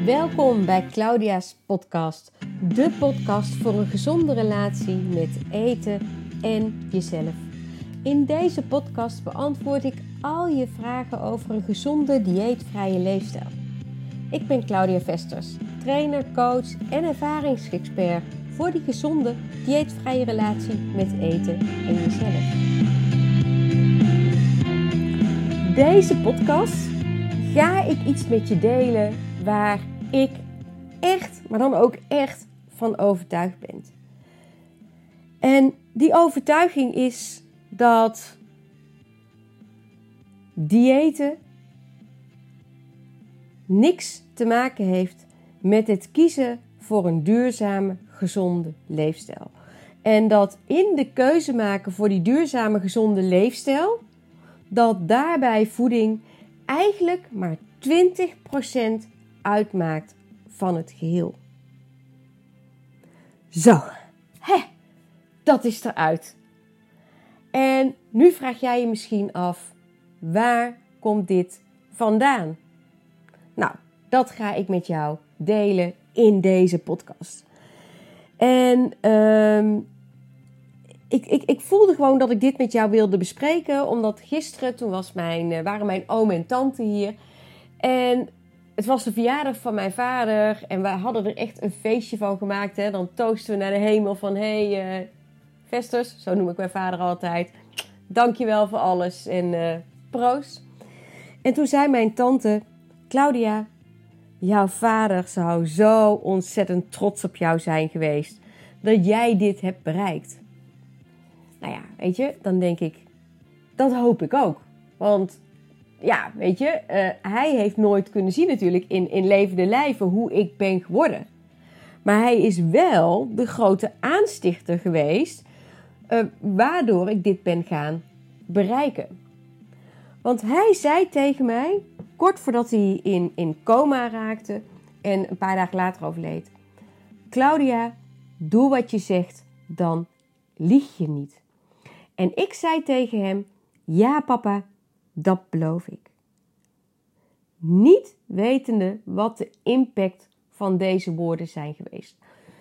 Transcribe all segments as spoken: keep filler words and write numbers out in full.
Welkom bij Claudia's podcast, de podcast voor een gezonde relatie met eten en jezelf. In deze podcast beantwoord ik al je vragen over een gezonde, dieetvrije leefstijl. Ik ben Claudia Vesters, trainer, coach en ervaringsexpert voor die gezonde, dieetvrije relatie met eten en jezelf. Deze podcast ga ik iets met je delen waar ik echt, maar dan ook echt van overtuigd ben. En die overtuiging is dat diëten niks te maken heeft met het kiezen voor een duurzame, gezonde leefstijl. En dat in de keuze maken voor die duurzame, gezonde leefstijl, dat daarbij voeding eigenlijk maar twintig procent uitmaakt van het geheel. Zo, hè, dat is eruit. En nu vraag jij je misschien af, waar komt dit vandaan? Nou, dat ga ik met jou delen in deze podcast. En um, ik, ik, ik voelde gewoon dat ik dit met jou wilde bespreken, omdat gisteren, toen was mijn, waren mijn oom en tante hier. En het was de verjaardag van mijn vader en wij hadden er echt een feestje van gemaakt. Hè. Dan toosten we naar de hemel van, hé hey, uh, Vesters, zo noem ik mijn vader altijd. Dankjewel voor alles en uh, proost. En toen zei mijn tante, Claudia, jouw vader zou zo ontzettend trots op jou zijn geweest dat jij dit hebt bereikt. Nou ja, weet je, dan denk ik, dat hoop ik ook. Want ja, weet je, uh, hij heeft nooit kunnen zien natuurlijk in, in levende lijven hoe ik ben geworden. Maar hij is wel de grote aanstichter geweest, uh, waardoor ik dit ben gaan bereiken. Want hij zei tegen mij, kort voordat hij in, in coma raakte en een paar dagen later overleed: Claudia, doe wat je zegt, dan lieg je niet. En ik zei tegen hem, ja papa, dat beloof ik. Niet wetende wat de impact van deze woorden zijn geweest.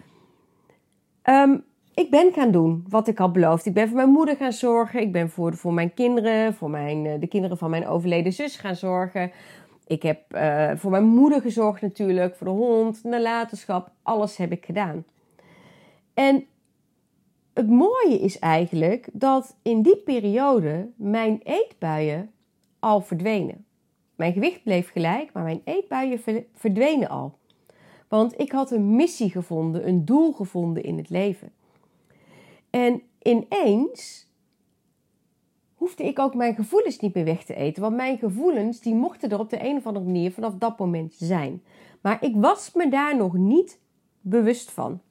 Um, ik ben gaan doen wat ik had beloofd. Ik ben voor mijn moeder gaan zorgen. Ik ben voor, voor mijn kinderen, voor mijn, de kinderen van mijn overleden zus gaan zorgen. Ik heb uh, voor mijn moeder gezorgd natuurlijk, voor de hond, nalatenschap. Alles heb ik gedaan. En het mooie is eigenlijk dat in die periode mijn eetbuien al verdwenen. Mijn gewicht bleef gelijk, maar mijn eetbuien verdwenen al. Want ik had een missie gevonden, een doel gevonden in het leven. En ineens hoefde ik ook mijn gevoelens niet meer weg te eten. Want mijn gevoelens die mochten er op de een of andere manier vanaf dat moment zijn. Maar ik was me daar nog niet bewust van.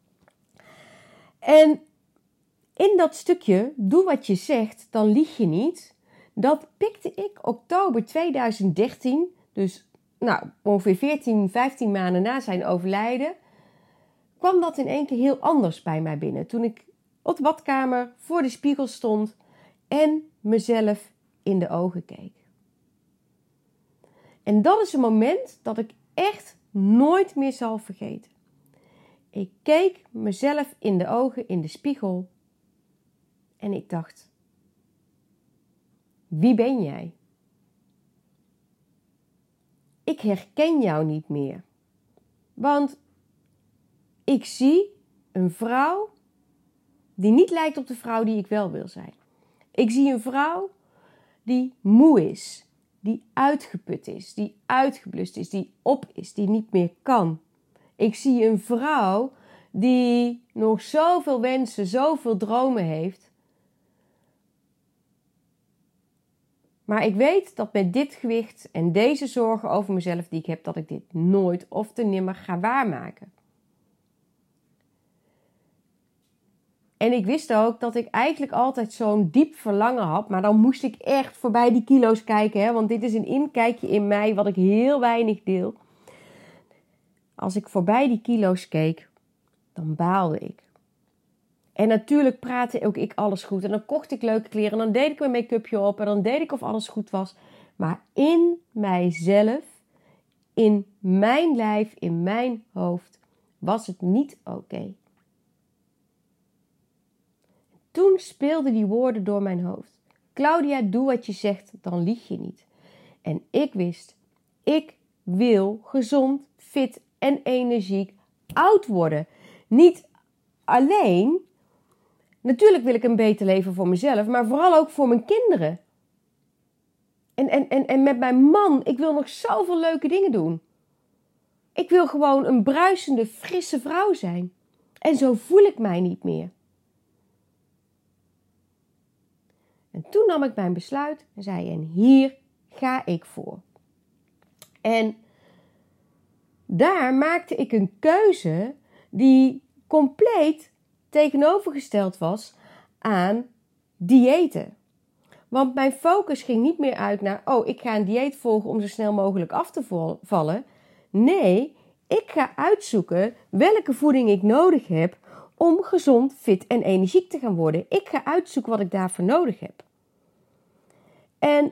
En in dat stukje, doe wat je zegt, dan lieg je niet. Dat pikte ik oktober tweeduizend dertien, dus nou, ongeveer veertien, vijftien maanden na zijn overlijden, kwam dat in één keer heel anders bij mij binnen. Toen ik op de badkamer voor de spiegel stond en mezelf in de ogen keek. En dat is een moment dat ik echt nooit meer zal vergeten. Ik keek mezelf in de ogen in de spiegel en ik dacht: wie ben jij? Ik herken jou niet meer. Want ik zie een vrouw die niet lijkt op de vrouw die ik wel wil zijn. Ik zie een vrouw die moe is, die uitgeput is, die uitgeblust is, die op is, die niet meer kan. Ik zie een vrouw die nog zoveel wensen, zoveel dromen heeft. Maar ik weet dat met dit gewicht en deze zorgen over mezelf die ik heb, dat ik dit nooit of te nimmer ga waarmaken. En ik wist ook dat ik eigenlijk altijd zo'n diep verlangen had, maar dan moest ik echt voorbij die kilo's kijken, hè? Want dit is een inkijkje in mij wat ik heel weinig deel. Als ik voorbij die kilo's keek, dan baalde ik. En natuurlijk praatte ook ik alles goed. En dan kocht ik leuke kleren. En dan deed ik mijn make-upje op. En dan deed ik of alles goed was. Maar in mijzelf, in mijn lijf, in mijn hoofd, was het niet oké. Okay. Toen speelden die woorden door mijn hoofd. Claudia, doe wat je zegt, dan lieg je niet. En ik wist, ik wil gezond, fit en energiek oud worden. Niet alleen, natuurlijk wil ik een beter leven voor mezelf, maar vooral ook voor mijn kinderen. En, en, en, en met mijn man, ik wil nog zoveel leuke dingen doen. Ik wil gewoon een bruisende, frisse vrouw zijn. En zo voel ik mij niet meer. En toen nam ik mijn besluit en zei, en hier ga ik voor. En daar maakte ik een keuze die compleet tegenovergesteld was aan diëten. Want mijn focus ging niet meer uit naar, oh, ik ga een dieet volgen om zo snel mogelijk af te vallen. Nee, ik ga uitzoeken welke voeding ik nodig heb om gezond, fit en energiek te gaan worden. Ik ga uitzoeken wat ik daarvoor nodig heb. En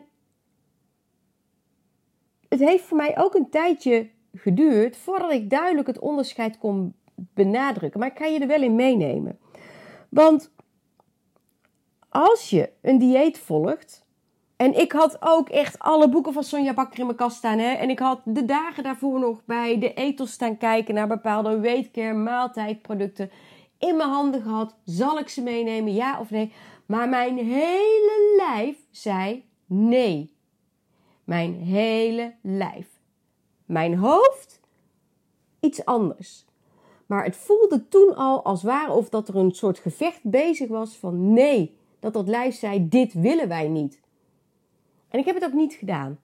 het heeft voor mij ook een tijdje geduurd voordat ik duidelijk het onderscheid kon benadrukken. Maar ik ga je er wel in meenemen. Want als je een dieet volgt, en ik had ook echt alle boeken van Sonja Bakker in mijn kast staan. Hè? En ik had de dagen daarvoor nog bij de Ethos staan kijken naar bepaalde weightcare maaltijdproducten in mijn handen gehad. Zal ik ze meenemen, ja of nee? Maar mijn hele lijf zei nee. Mijn hele lijf. Mijn hoofd, iets anders. Maar het voelde toen al als ware of dat er een soort gevecht bezig was van nee. Dat dat lijf zei, dit willen wij niet. En ik heb het ook niet gedaan.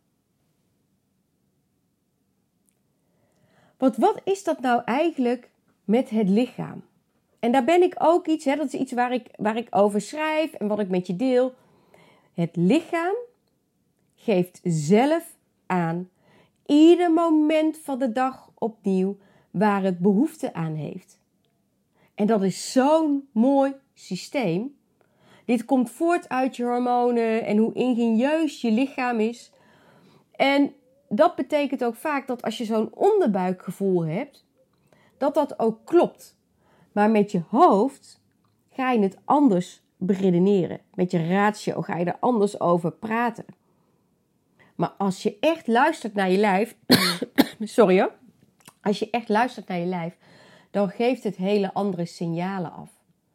Want wat is dat nou eigenlijk met het lichaam? En daar ben ik ook iets, hè, dat is iets waar ik, waar ik over schrijf en wat ik met je deel. Het lichaam geeft zelf aan, ieder moment van de dag opnieuw, waar het behoefte aan heeft. En dat is zo'n mooi systeem. Dit komt voort uit je hormonen en hoe ingenieus je lichaam is. En dat betekent ook vaak dat als je zo'n onderbuikgevoel hebt, dat dat ook klopt. Maar met je hoofd ga je het anders beredeneren. Met je ratio ga je er anders over praten. Maar als je echt luistert naar je lijf, sorry hoor, als je echt luistert naar je lijf, dan geeft het hele andere signalen af.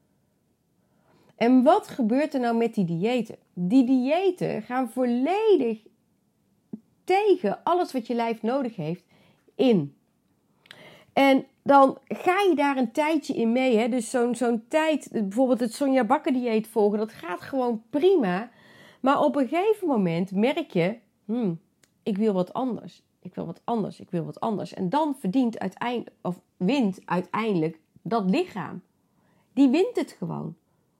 En wat gebeurt er nou met die diëten? Die diëten gaan volledig tegen alles wat je lijf nodig heeft in. En dan ga je daar een tijdje in mee. Hè? Dus zo'n, zo'n tijd, bijvoorbeeld het Sonja Bakker dieet volgen, dat gaat gewoon prima. Maar op een gegeven moment merk je, hmm, ik wil wat anders. Ik wil wat anders, ik wil wat anders. En dan verdient uiteindelijk, of wint uiteindelijk dat lichaam. Die wint het gewoon.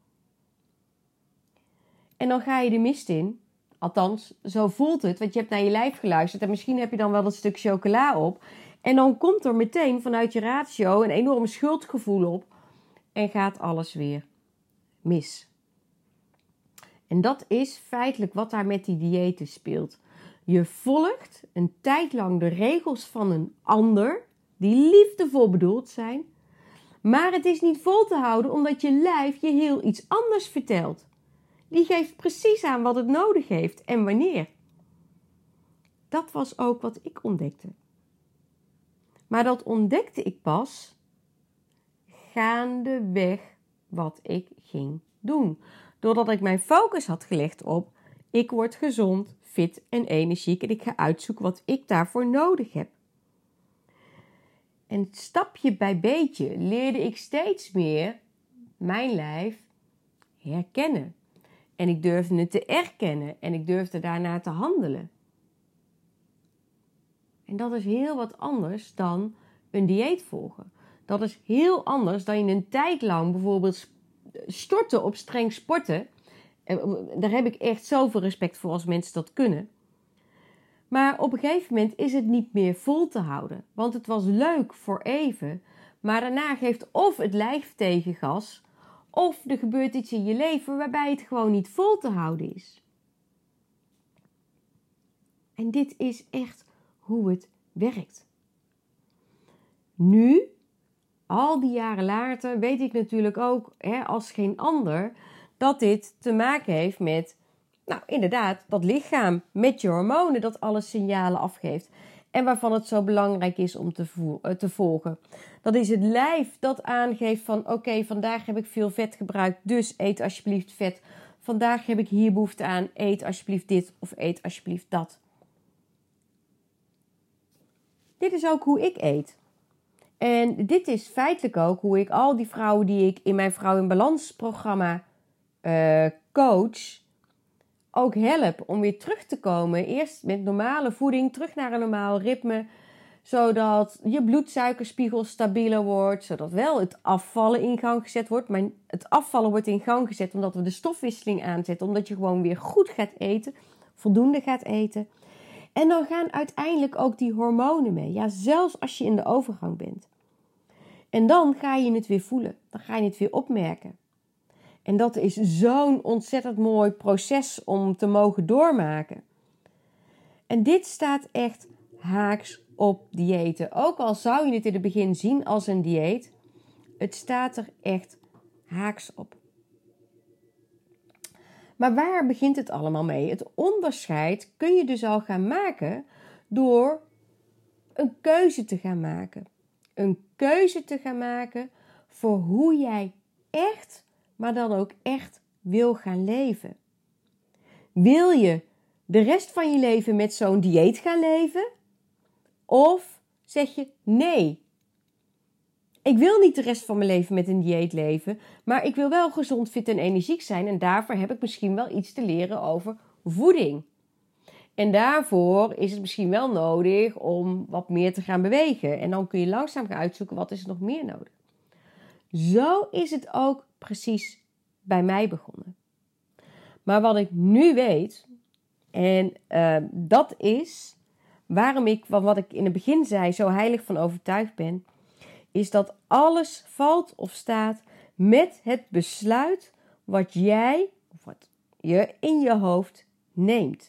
En dan ga je de mist in. Althans, zo voelt het. Want je hebt naar je lijf geluisterd. En misschien heb je dan wel dat stuk chocola op. En dan komt er meteen vanuit je ratio een enorm schuldgevoel op. En gaat alles weer mis. En dat is feitelijk wat daar met die diëten speelt. Je volgt een tijd lang de regels van een ander. Die liefdevol bedoeld zijn. Maar het is niet vol te houden omdat je lijf je heel iets anders vertelt. Die geeft precies aan wat het nodig heeft en wanneer. Dat was ook wat ik ontdekte. Maar dat ontdekte ik pas gaandeweg wat ik ging doen. Doordat ik mijn focus had gelegd op, ik word gezond, fit en energiek en ik ga uitzoeken wat ik daarvoor nodig heb. En stapje bij beetje leerde ik steeds meer mijn lijf herkennen. En ik durfde het te erkennen en ik durfde daarna te handelen. En dat is heel wat anders dan een dieet volgen. Dat is heel anders dan je een tijd lang bijvoorbeeld storten op streng sporten. Daar heb ik echt zoveel respect voor als mensen dat kunnen. Maar op een gegeven moment is het niet meer vol te houden. Want het was leuk voor even. Maar daarna geeft of het lijf tegengas, of er gebeurt iets in je leven waarbij het gewoon niet vol te houden is. En dit is echt hoe het werkt. Nu, al die jaren later, weet ik natuurlijk ook hè, als geen ander dat dit te maken heeft met, nou inderdaad, dat lichaam met je hormonen dat alle signalen afgeeft. En waarvan het zo belangrijk is om te, vo- te volgen. Dat is het lijf dat aangeeft van oké, okay, vandaag heb ik veel vet gebruikt, dus eet alsjeblieft vet. Vandaag heb ik hier behoefte aan, eet alsjeblieft dit of eet alsjeblieft dat. Dit is ook hoe ik eet. En dit is feitelijk ook hoe ik al die vrouwen die ik in mijn Vrouw in Balans programma uh, coach, ook help om weer terug te komen. Eerst met normale voeding, terug naar een normaal ritme. Zodat je bloedsuikerspiegel stabieler wordt. Zodat wel het afvallen in gang gezet wordt. Maar het afvallen wordt in gang gezet omdat we de stofwisseling aanzetten. Omdat je gewoon weer goed gaat eten. Voldoende gaat eten. En dan gaan uiteindelijk ook die hormonen mee. Ja, zelfs als je in de overgang bent. En dan ga je het weer voelen. Dan ga je het weer opmerken. En dat is zo'n ontzettend mooi proces om te mogen doormaken. En dit staat echt haaks op diëten. Ook al zou je het in het begin zien als een dieet, het staat er echt haaks op. Maar waar begint het allemaal mee? Het onderscheid kun je dus al gaan maken door een keuze te gaan maken. Een keuze te gaan maken voor hoe jij echt, maar dan ook echt wil gaan leven. Wil je de rest van je leven met zo'n dieet gaan leven? Of zeg je nee, ik wil niet de rest van mijn leven met een dieet leven, maar ik wil wel gezond, fit en energiek zijn en daarvoor heb ik misschien wel iets te leren over voeding. En daarvoor is het misschien wel nodig om wat meer te gaan bewegen. En dan kun je langzaam gaan uitzoeken wat is er nog meer nodig. Zo is het ook precies bij mij begonnen. Maar wat ik nu weet, en uh, dat is waarom ik, wat ik in het begin zei, zo heilig van overtuigd ben, is dat alles valt of staat met het besluit wat jij, of wat je in je hoofd neemt.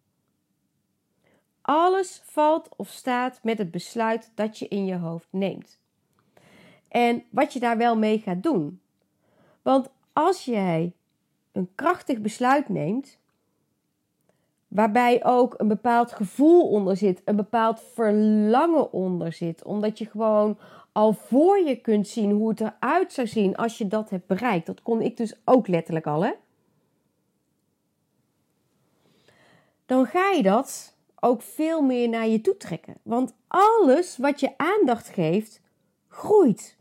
Alles valt of staat met het besluit dat je in je hoofd neemt. En wat je daar wel mee gaat doen. Want als jij een krachtig besluit neemt, waarbij ook een bepaald gevoel onder zit, een bepaald verlangen onder zit, omdat je gewoon al voor je kunt zien hoe het eruit zou zien als je dat hebt bereikt. Dat kon ik dus ook letterlijk al, hè? Dan ga je dat ook veel meer naar je toe trekken. Want alles wat je aandacht geeft, groeit.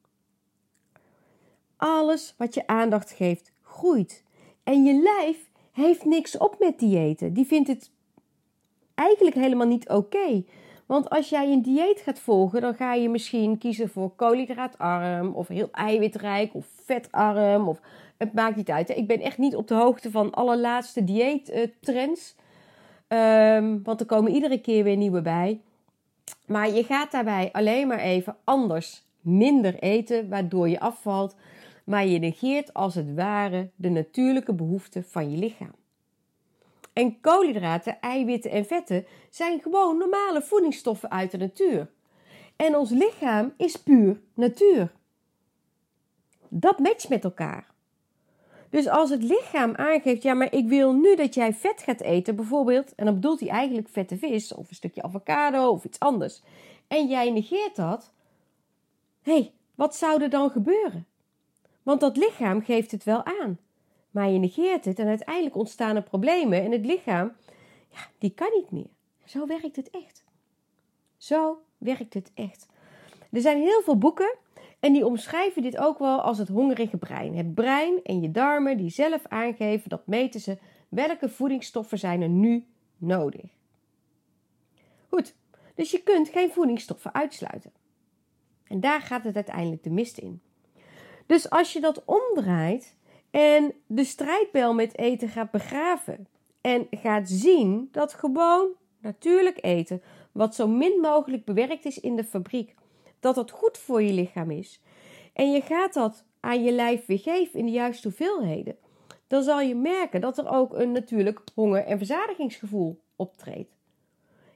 Alles wat je aandacht geeft, groeit. En je lijf heeft niks op met diëten. Die vindt het eigenlijk helemaal niet oké. Want als jij een dieet gaat volgen, dan ga je misschien kiezen voor koolhydraatarm of heel eiwitrijk of vetarm. Of, het maakt niet uit. Hè? Ik ben echt niet op de hoogte van alle laatste dieettrends. Um, want er komen iedere keer weer nieuwe bij. Maar je gaat daarbij alleen maar even anders, minder eten, waardoor je afvalt. Maar je negeert als het ware de natuurlijke behoeften van je lichaam. En koolhydraten, eiwitten en vetten zijn gewoon normale voedingsstoffen uit de natuur. En ons lichaam is puur natuur. Dat matcht met elkaar. Dus als het lichaam aangeeft, ja, maar ik wil nu dat jij vet gaat eten, bijvoorbeeld, en dan bedoelt hij eigenlijk vette vis of een stukje avocado of iets anders, en jij negeert dat, hé, hey, wat zou er dan gebeuren? Want dat lichaam geeft het wel aan, maar je negeert het en uiteindelijk ontstaan er problemen en het lichaam, ja, die kan niet meer. Zo werkt het echt. Zo werkt het echt. Er zijn heel veel boeken en die omschrijven dit ook wel als het hongerige brein. Het brein en je darmen die zelf aangeven, dat meten ze, welke voedingsstoffen zijn er nu nodig. Goed, dus je kunt geen voedingsstoffen uitsluiten. En daar gaat het uiteindelijk de mist in. Dus als je dat omdraait en de strijdbijl met eten gaat begraven en gaat zien dat gewoon natuurlijk eten, wat zo min mogelijk bewerkt is in de fabriek, dat dat goed voor je lichaam is, en je gaat dat aan je lijf weer geven in de juiste hoeveelheden, dan zal je merken dat er ook een natuurlijk honger- en verzadigingsgevoel optreedt.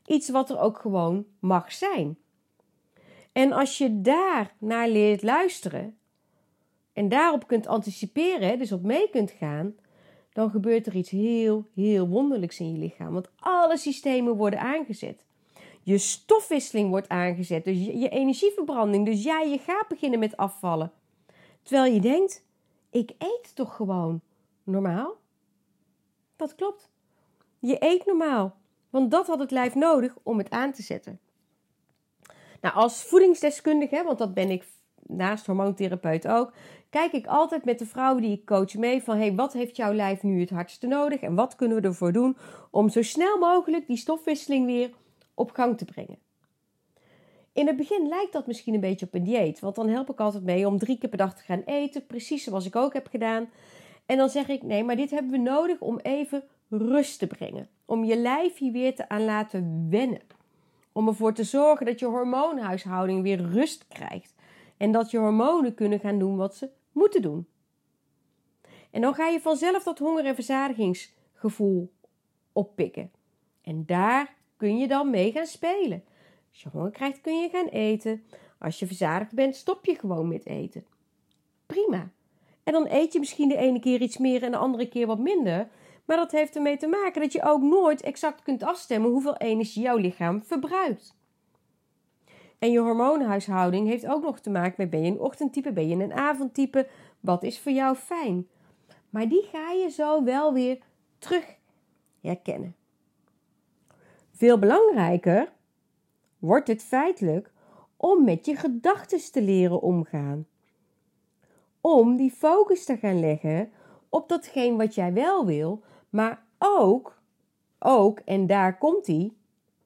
iets wat er ook gewoon mag zijn. En als je daar naar leert luisteren en daarop kunt anticiperen, dus op mee kunt gaan, dan gebeurt er iets heel, heel wonderlijks in je lichaam. Want alle systemen worden aangezet. Je stofwisseling wordt aangezet, dus je, je energieverbranding. Dus ja, je gaat beginnen met afvallen. Terwijl je denkt, ik eet toch gewoon normaal? Dat klopt. Je eet normaal, want dat had het lijf nodig om het aan te zetten. Nou, als voedingsdeskundige, want dat ben ik naast hormoontherapeut ook, kijk ik altijd met de vrouwen die ik coach mee van, hey, wat heeft jouw lijf nu het hardste nodig en wat kunnen we ervoor doen om zo snel mogelijk die stofwisseling weer op gang te brengen. In het begin lijkt dat misschien een beetje op een dieet, want dan help ik altijd mee om drie keer per dag te gaan eten, precies zoals ik ook heb gedaan. En dan zeg ik, nee, maar dit hebben we nodig om even rust te brengen. Om je lijf hier weer te aan laten wennen. Om ervoor te zorgen dat je hormoonhuishouding weer rust krijgt. En dat je hormonen kunnen gaan doen wat ze moeten doen. En dan ga je vanzelf dat honger- en verzadigingsgevoel oppikken. En daar kun je dan mee gaan spelen. Als je honger krijgt kun je gaan eten. Als je verzadigd bent stop je gewoon met eten. Prima. En dan eet je misschien de ene keer iets meer en de andere keer wat minder. Maar dat heeft ermee te maken dat je ook nooit exact kunt afstemmen hoeveel energie jouw lichaam verbruikt. En je hormoonhuishouding heeft ook nog te maken met, ben je een ochtendtype, ben je een avondtype, wat is voor jou fijn. Maar die ga je zo wel weer terug herkennen. Veel belangrijker wordt het feitelijk om met je gedachten te leren omgaan. Om die focus te gaan leggen op datgene wat jij wel wil, maar ook, ook en daar komt ie,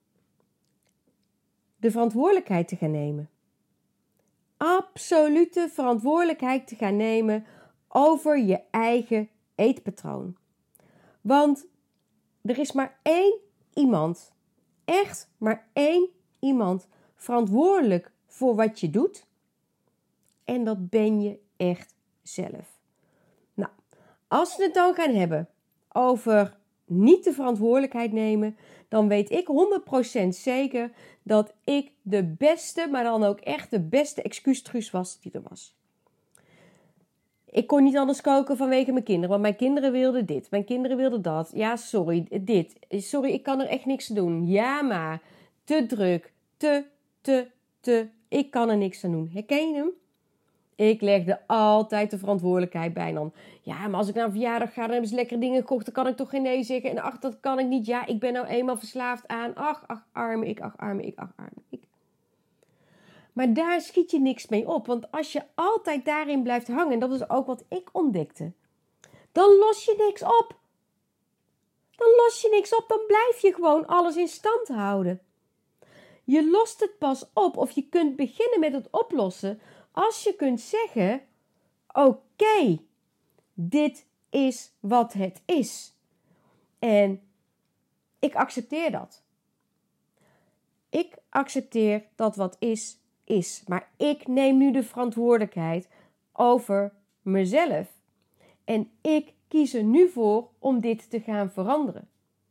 de verantwoordelijkheid te gaan nemen. Absolute verantwoordelijkheid te gaan nemen over je eigen eetpatroon. Want er is maar één iemand, echt maar één iemand verantwoordelijk voor wat je doet. En dat ben je echt zelf. Nou, als we het dan gaan hebben over niet de verantwoordelijkheid nemen, dan weet ik honderd procent zeker dat ik de beste, maar dan ook echt de beste excuustruus was die er was. Ik kon niet anders koken vanwege mijn kinderen, want mijn kinderen wilden dit, mijn kinderen wilden dat. Ja, sorry, dit. Sorry, ik kan er echt niks aan doen. Ja, maar te druk, te, te, te. Ik kan er niks aan doen. Herken je hem? Ik legde altijd de verantwoordelijkheid bij dan. Ja, maar als ik naar een verjaardag ga, dan hebben ze lekkere dingen gekocht. Dan kan ik toch geen nee zeggen. En ach, dat kan ik niet. Ja, ik ben nou eenmaal verslaafd aan. Ach, ach, arme ik, ach, arme ik, ach, arme ik. Maar daar schiet je niks mee op. Want als je altijd daarin blijft hangen, en dat is ook wat ik ontdekte, dan los je niks op. Dan los je niks op. Dan blijf je gewoon alles in stand houden. Je lost het pas op, of je kunt beginnen met het oplossen, als je kunt zeggen, oké, okay, dit is wat het is. En ik accepteer dat. Ik accepteer dat wat is, is. Maar ik neem nu de verantwoordelijkheid over mezelf. En ik kies er nu voor om dit te gaan veranderen.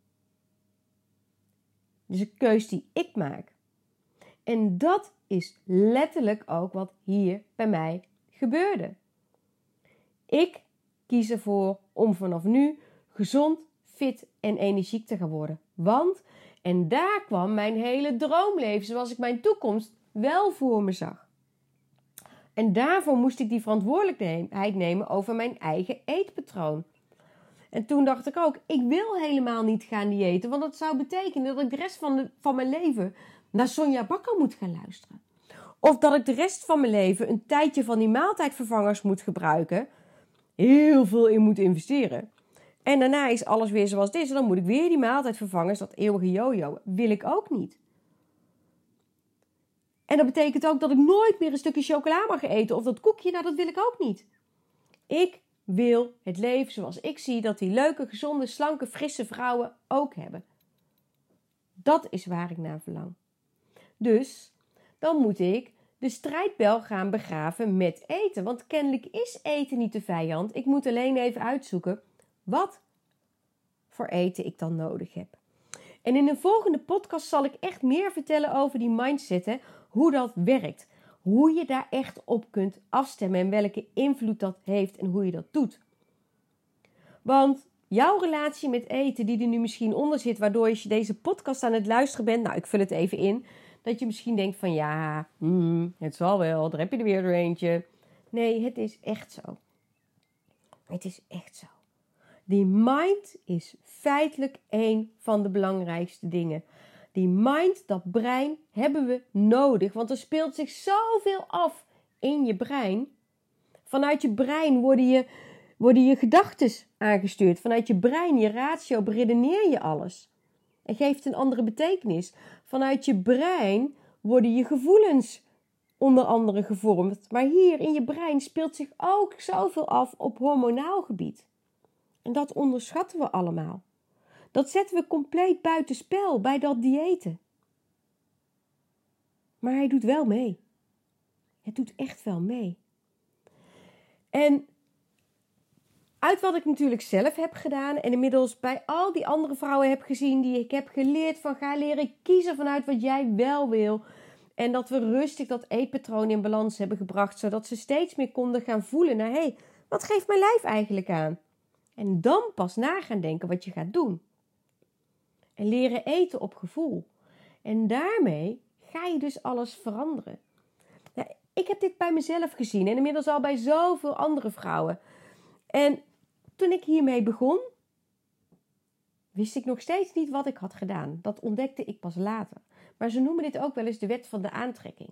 Dus een keus die ik maak. En dat is letterlijk ook wat hier bij mij gebeurde. Ik kies ervoor om vanaf nu gezond, fit en energiek te gaan worden. Want, en daar kwam mijn hele droomleven zoals ik mijn toekomst wel voor me zag. En daarvoor moest ik die verantwoordelijkheid nemen over mijn eigen eetpatroon. En toen dacht ik ook, ik wil helemaal niet gaan diëten, want dat zou betekenen dat ik de rest van, de, van mijn leven naar Sonja Bakker moet gaan luisteren. Of dat ik de rest van mijn leven een tijdje van die maaltijdvervangers moet gebruiken. Heel veel in moet investeren. En daarna is alles weer zoals het is. En dan moet ik weer die maaltijdvervangers, dat eeuwige jojo, wil ik ook niet. En dat betekent ook dat ik nooit meer een stukje chocola mag eten. Of dat koekje, nou dat wil ik ook niet. Ik wil het leven zoals ik zie dat die leuke, gezonde, slanke, frisse vrouwen ook hebben. Dat is waar ik naar verlang. Dus dan moet ik de strijdbel gaan begraven met eten. Want kennelijk is eten niet de vijand. Ik moet alleen even uitzoeken wat voor eten ik dan nodig heb. En in een volgende podcast zal ik echt meer vertellen over die mindset, hè, hoe dat werkt. Hoe je daar echt op kunt afstemmen en welke invloed dat heeft en hoe je dat doet. Want jouw relatie met eten die er nu misschien onder zit, waardoor je deze podcast aan het luisteren bent, nou ik vul het even in, dat je misschien denkt van ja, hmm, het zal wel, daar heb je er weer er eentje. Nee, het is echt zo. Het is echt zo. Die mind is feitelijk één van de belangrijkste dingen. Die mind, dat brein, hebben we nodig. Want er speelt zich zoveel af in je brein. Vanuit je brein worden je, worden je gedachten aangestuurd. Vanuit je brein, je ratio, beredeneer je alles. En geeft een andere betekenis. Vanuit je brein worden je gevoelens onder andere gevormd. Maar hier in je brein speelt zich ook zoveel af op hormonaal gebied. En dat onderschatten we allemaal. Dat zetten we compleet buitenspel bij dat diëten. Maar hij doet wel mee. Het doet echt wel mee. En uit wat ik natuurlijk zelf heb gedaan en inmiddels bij al die andere vrouwen heb gezien die ik heb geleerd van ga leren kiezen vanuit wat jij wel wil. En dat we rustig dat eetpatroon in balans hebben gebracht, zodat ze steeds meer konden gaan voelen naar hé, hey, wat geeft mijn lijf eigenlijk aan? En dan pas na gaan denken wat je gaat doen. En leren eten op gevoel. En daarmee ga je dus alles veranderen. Nou, ik heb dit bij mezelf gezien en inmiddels al bij zoveel andere vrouwen. En toen ik hiermee begon, wist ik nog steeds niet wat ik had gedaan. Dat ontdekte ik pas later. Maar ze noemen dit ook wel eens de wet van de aantrekking.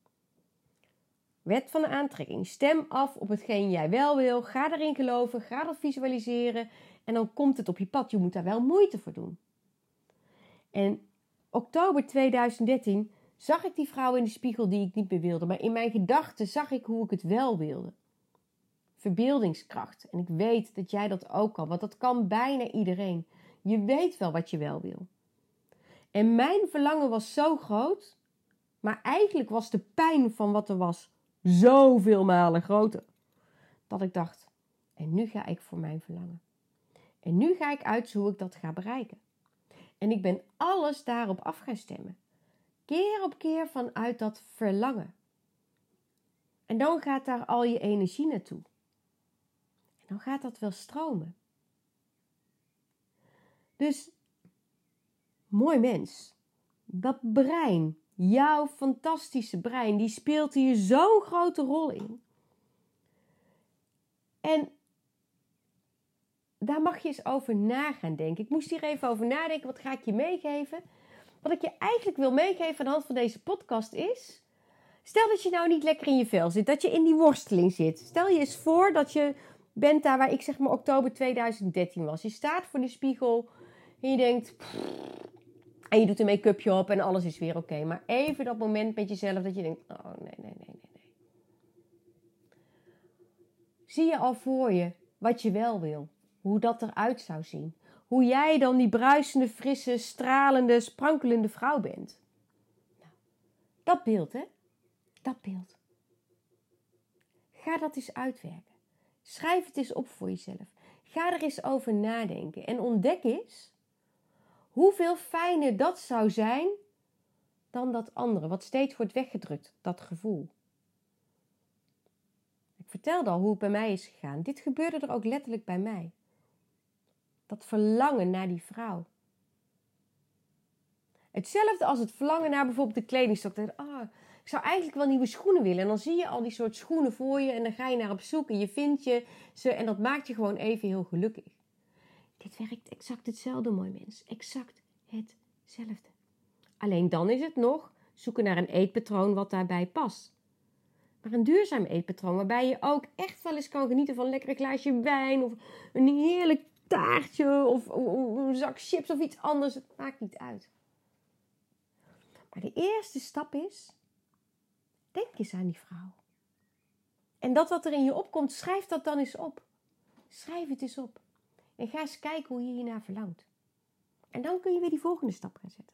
Wet van de aantrekking. Stem af op hetgeen jij wel wil. Ga erin geloven. Ga dat visualiseren. En dan komt het op je pad. Je moet daar wel moeite voor doen. En oktober tweeduizend dertien zag ik die vrouw in de spiegel die ik niet meer wilde. Maar in mijn gedachten zag ik hoe ik het wel wilde. Verbeeldingskracht. En ik weet dat jij dat ook kan. Want dat kan bijna iedereen. Je weet wel wat je wel wil. En mijn verlangen was zo groot. Maar eigenlijk was de pijn van wat er was zoveel malen groter. Dat ik dacht, en nu ga ik voor mijn verlangen. En nu ga ik uitzoeken hoe ik dat ga bereiken. En ik ben alles daarop af gaan stemmen. Keer op keer vanuit dat verlangen. En dan gaat daar al je energie naartoe. En dan gaat dat wel stromen. Dus, mooi mens. Dat brein, jouw fantastische brein, die speelt hier zo'n grote rol in. En daar mag je eens over na gaan denken. Ik moest hier even over nadenken. Wat ga ik je meegeven? Wat ik je eigenlijk wil meegeven aan de hand van deze podcast is, stel dat je nou niet lekker in je vel zit. Dat je in die worsteling zit. Stel je eens voor dat je bent daar waar ik zeg maar oktober tweeduizend dertien was. Je staat voor de spiegel en je denkt, pff, en je doet een make-upje op en alles is weer oké. Okay. Maar even dat moment met jezelf dat je denkt, oh nee, nee, nee, nee, nee. Zie je al voor je wat je wel wil. Hoe dat eruit zou zien. Hoe jij dan die bruisende, frisse, stralende, sprankelende vrouw bent. Nou, dat beeld, hè? Dat beeld. Ga dat eens uitwerken. Schrijf het eens op voor jezelf. Ga er eens over nadenken. En ontdek eens hoeveel fijner dat zou zijn dan dat andere. Wat steeds wordt weggedrukt, dat gevoel. Ik vertelde al hoe het bij mij is gegaan. Dit gebeurde er ook letterlijk bij mij. Dat verlangen naar die vrouw. Hetzelfde als het verlangen naar bijvoorbeeld de kledingstok. Dat, oh, ik zou eigenlijk wel nieuwe schoenen willen. En dan zie je al die soort schoenen voor je. En dan ga je naar op zoek en je vindt je ze. En dat maakt je gewoon even heel gelukkig. Dit werkt exact hetzelfde, mooi mens. Exact hetzelfde. Alleen dan is het nog zoeken naar een eetpatroon wat daarbij past. Maar een duurzaam eetpatroon waarbij je ook echt wel eens kan genieten van een lekker glaasje wijn. Of een heerlijk taartje of een zak chips of iets anders. Het maakt niet uit. Maar de eerste stap is, denk eens aan die vrouw. En dat wat er in je opkomt, schrijf dat dan eens op. Schrijf het eens op. En ga eens kijken hoe je hiernaar verlangt. En dan kun je weer die volgende stap gaan zetten.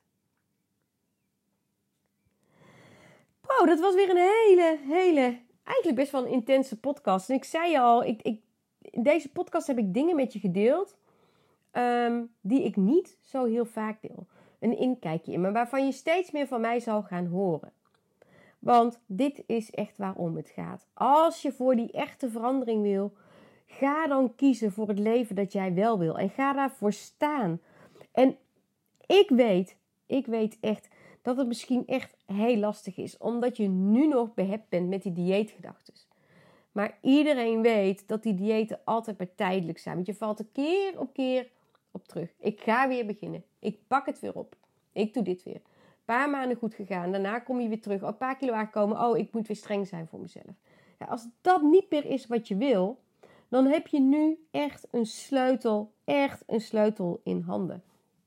Wow, dat was weer een hele, hele, eigenlijk best wel een intense podcast. En ik zei je al, ik, ik, in deze podcast heb ik dingen met je gedeeld um, die ik niet zo heel vaak deel. een inkijkje in me, waarvan je steeds meer van mij zal gaan horen. Want dit is echt waarom het gaat. Als je voor die echte verandering wil, ga dan kiezen voor het leven dat jij wel wil. En ga daarvoor staan. En ik weet, ik weet echt dat het misschien echt heel lastig is. Omdat je nu nog behept bent met die dieetgedachten. Maar iedereen weet dat die diëten altijd maar tijdelijk zijn. Want je valt er keer op keer op terug. Ik ga weer beginnen. Ik pak het weer op. Ik doe dit weer. Een paar maanden goed gegaan. Daarna kom je weer terug. Een paar kilo aankomen. Oh, ik moet weer streng zijn voor mezelf. Ja, als dat niet meer is wat je wil, dan heb je nu echt een sleutel. Echt een sleutel in handen.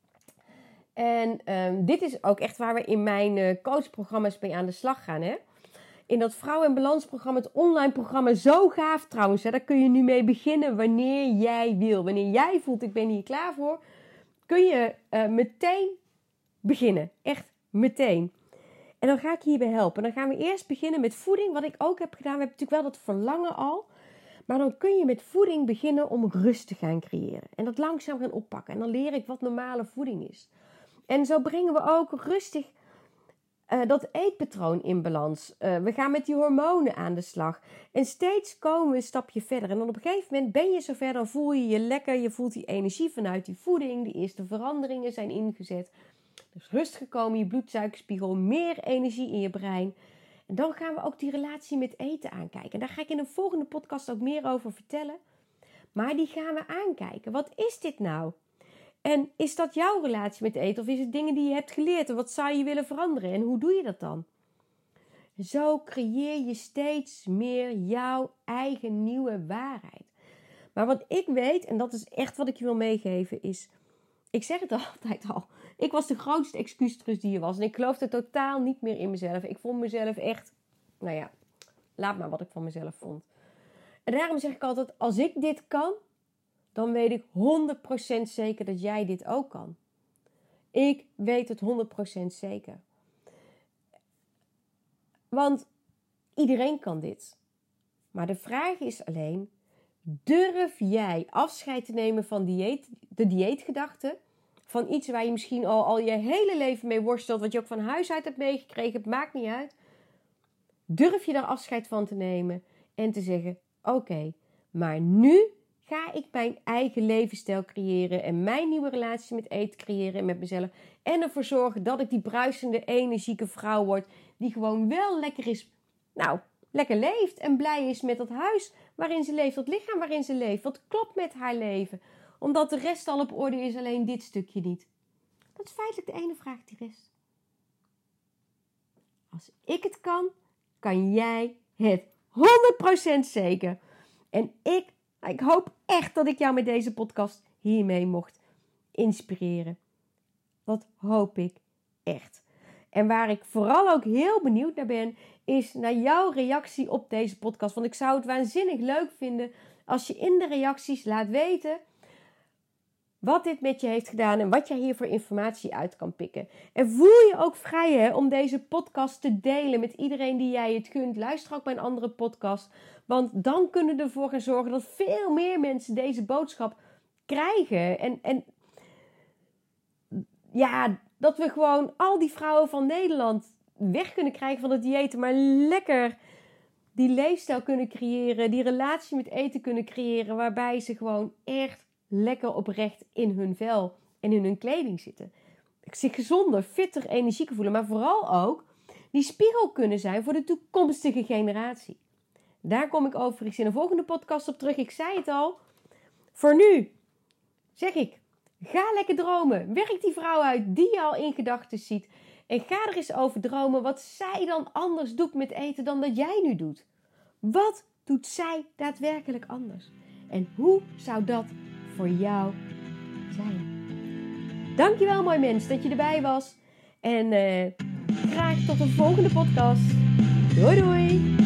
En um, dit is ook echt waar we in mijn uh, coachprogramma's mee aan de slag gaan. Hè? In dat Vrouw in Balans programma, het online programma, zo gaaf trouwens. Hè? Daar kun je nu mee beginnen wanneer jij wil. Wanneer jij voelt, ik ben hier klaar voor, kun je uh, meteen beginnen. Echt meteen. En dan ga ik je hierbij helpen. Dan gaan we eerst beginnen met voeding, wat ik ook heb gedaan. We hebben natuurlijk wel dat verlangen al. Maar dan kun je met voeding beginnen om rust te gaan creëren. En dat langzaam gaan oppakken. En dan leer ik wat normale voeding is. En zo brengen we ook rustig uh, dat eetpatroon in balans. Uh, we gaan met die hormonen aan de slag. En steeds komen we een stapje verder. En dan op een gegeven moment ben je zover, dan voel je je lekker. Je voelt die energie vanuit die voeding. De eerste veranderingen zijn ingezet. Er is rust gekomen, je bloedsuikerspiegel, meer energie in je brein. En dan gaan we ook die relatie met eten aankijken. En daar ga ik in een volgende podcast ook meer over vertellen. Maar die gaan we aankijken. Wat is dit nou? En is dat jouw relatie met eten? Of is het dingen die je hebt geleerd? En wat zou je willen veranderen? En hoe doe je dat dan? Zo creëer je steeds meer jouw eigen nieuwe waarheid. Maar wat ik weet, en dat is echt wat ik je wil meegeven, is... Ik zeg het altijd al. Ik was de grootste excuustrus die er was. En ik geloofde totaal niet meer in mezelf. Ik vond mezelf echt... Nou ja, laat maar wat ik van mezelf vond. En daarom zeg ik altijd, als ik dit kan, dan weet ik honderd procent zeker dat jij dit ook kan. Ik weet het honderd procent zeker. Want iedereen kan dit. Maar de vraag is alleen, durf jij afscheid te nemen van dieet, de dieetgedachte? Van iets waar je misschien al, al je hele leven mee worstelt, wat je ook van huis uit hebt meegekregen, het maakt niet uit. Durf je daar afscheid van te nemen en te zeggen, oké, okay, maar nu ga ik mijn eigen levensstijl creëren en mijn nieuwe relatie met eten creëren en met mezelf. En ervoor zorgen dat ik die bruisende, energieke vrouw word die gewoon wel lekker is, nou, lekker leeft en blij is met dat huis waarin ze leeft, dat lichaam waarin ze leeft, wat klopt met haar leven. Omdat de rest al op orde is, alleen dit stukje niet. Dat is feitelijk de ene vraag die rest. Als ik het kan, kan jij het. honderd procent zeker. En ik, ik hoop echt dat ik jou met deze podcast hiermee mocht inspireren. Dat hoop ik echt. En waar ik vooral ook heel benieuwd naar ben, is naar jouw reactie op deze podcast. Want ik zou het waanzinnig leuk vinden als je in de reacties laat weten wat dit met je heeft gedaan en wat jij hier voor informatie uit kan pikken. En voel je ook vrij hè, om deze podcast te delen met iedereen die jij het gunt. Luister ook mijn andere podcast. Want dan kunnen we ervoor gaan zorgen dat veel meer mensen deze boodschap krijgen. En, en ja, dat we gewoon al die vrouwen van Nederland weg kunnen krijgen van het diëten. Maar lekker die leefstijl kunnen creëren. Die relatie met eten kunnen creëren. Waarbij ze gewoon echt lekker oprecht in hun vel en in hun kleding zitten. Zich gezonder, fitter, energieker voelen. Maar vooral ook die spiegel kunnen zijn voor de toekomstige generatie. Daar kom ik overigens in een volgende podcast op terug. Ik zei het al. Voor nu zeg ik, ga lekker dromen. Werk die vrouw uit die je al in gedachten ziet. En ga er eens over dromen wat zij dan anders doet met eten dan dat jij nu doet. Wat doet zij daadwerkelijk anders? En hoe zou dat voor jou zijn? Dankjewel mooi mens dat je erbij was. En uh, graag tot een volgende podcast. Doei doei!